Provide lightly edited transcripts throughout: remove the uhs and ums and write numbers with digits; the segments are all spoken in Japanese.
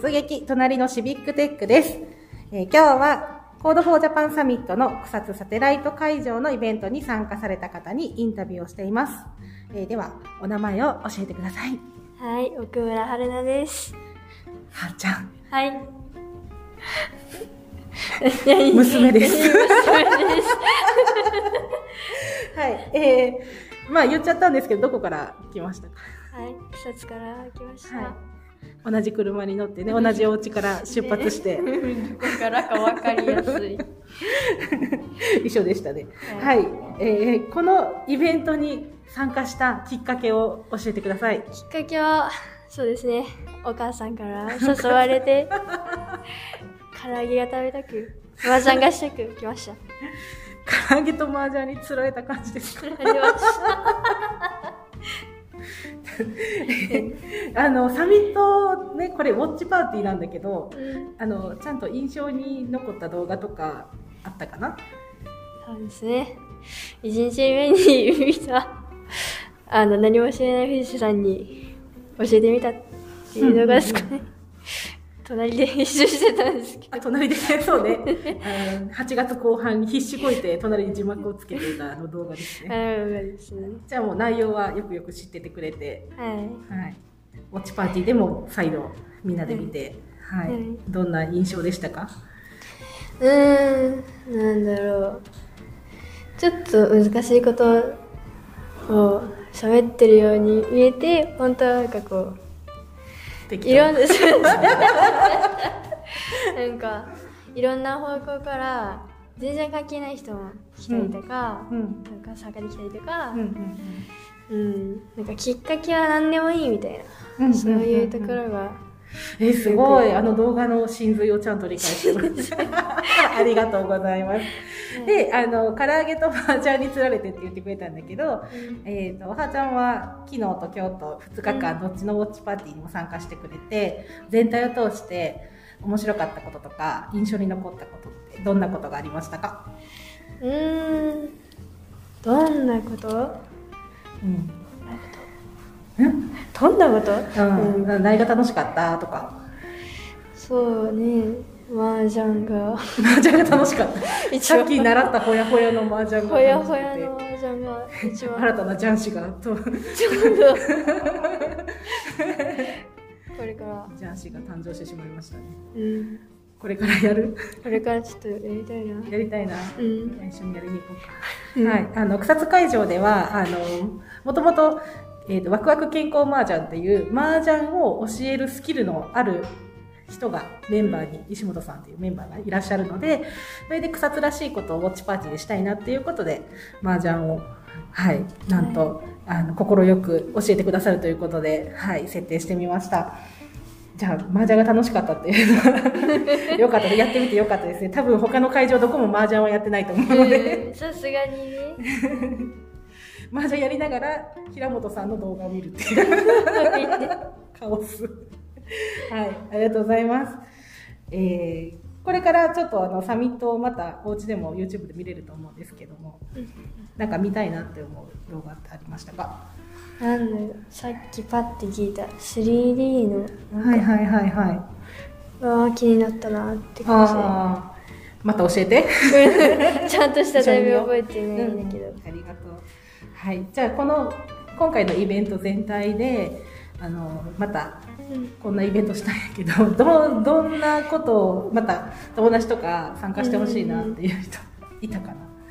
突撃隣のシビックテックです。今日はコードフォージャパンサミットの草津サテライト会場のイベントに参加された方にインタビューをしています。では、お名前を教えてください。 はい、奥村春菜です。 はーちゃん。 はい。 娘です。 娘です。 はい。まあ言っちゃったんですけど、どこから来ましたか？ はい、草津から来ました。 はい、同じ車に乗ってね、同じお家から出発して。 どこからか分かりやすい。 一緒でしたね。はい、このイベントに参加したきっかけを教えてください。 きっかけは、そうですね、お母さんから誘われて、唐揚げが食べたく、麻雀がしたく来ました。 唐揚げと麻雀に釣られた感じですか？ 釣られました。 サミットね、これウォッチパーティーなんだけど、ちゃんと印象に残った動画とかあったかな？ そうですね。1日目に見た、何も知れない藤さんに教えてみたっていう動画ですかね。隣で必死してたんですけど。 隣で、そうね。8月後半に必死こいて隣に字幕をつけていた動画ですね。じゃあもう内容はよくよく知っててくれて、はい。ウォッチパーティーでも再度みんなで見て、はい。どんな印象でしたか？ なんだろう。ちょっと難しいことを喋ってるように見えて、本当はなんかこう、いろんな、なんか、いろんな方向から全然関係ない人も来たりとか、なんか参加できたりとか、なんかきっかけは何でもいいみたいな、そういうところが。 すごい、動画の真髄をちゃんと理解してます。ありがとうございます。で、唐揚げと麻雀に釣られてって言ってくれたんだけど、はーちゃんは昨日と今日と2日間どっちのウォッチパーティーにも参加してくれて、全体を通して面白かったこととか印象に残ったことってどんなことがありましたか？ どんなこと？どんなこと？ 何が楽しかったとか。そうね、麻雀が楽しかった。さっき習ったほやほやの麻雀がほやほやの麻雀が一番新たな雀士がとこれから雀士が誕生してしまいましたね。ここれからやる？ これからちょっとやりたいな。 やりたいな。一緒にやりに行こうか。はい。草津会場ではもともとワクワク健康麻雀っていう麻雀を教えるスキルのある人がメンバーに石本さんというメンバーがいらっしゃるので、それで草津らしいことをウォッチパーティーでしたいなっていうことで麻雀をなんと快く教えてくださるということで設定してみました。じゃあ麻雀が楽しかったっていうのはよかったでやってみてよかったですね。多分他の会場どこも麻雀はやってないと思うのでさすがにね。 麻雀やりながら平本さんの動画を見るっていうカオス。はい、ありがとうございます。これからちょっとサミットをまたお家でも YouTube で見れると思うんですけども、なんか見たいなって思う動画ってありましたか？ なんだろう、さっきパッて聞いた 3D の気になったなって感じで。 また教えて。 ちゃんとしたタイミング覚えてないんだけど。 ありがとう。はい、じゃあ今回のイベント全体でまたこんなイベントしたんやけど、どんなことをまた友達とか参加してほしいなっていう人いたかな？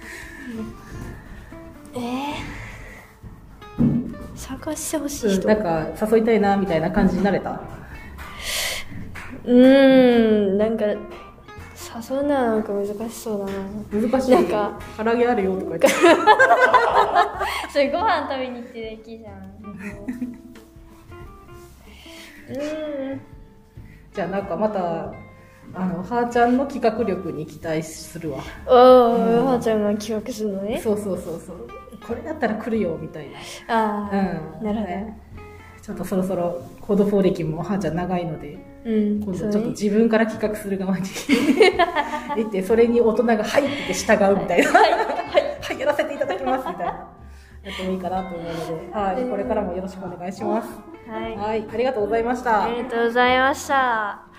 参加してほしい人、 なんか誘いたいなみたいな感じになれた？ なんか誘うのはなんか難しそうだな。 難しい。なんか唐揚げあるよとか言ってそれご飯食べに行ってるだけじゃん。 じゃあなんかまたはーちゃんの企画力に期待するわ。 はーちゃんが企画するのね。 そう。これだったら来るよみたいな。 なるほど。 ちょっとそろそろコード4歴もはーちゃん長いので、今度ちょっと自分から企画する側に行ってそれに大人が入って従うみたいな。はいやらせていただきますみたいな。やってもいいかなと思うので、これからもよろしくお願いします。はい、ありがとうございました。 ありがとうございました。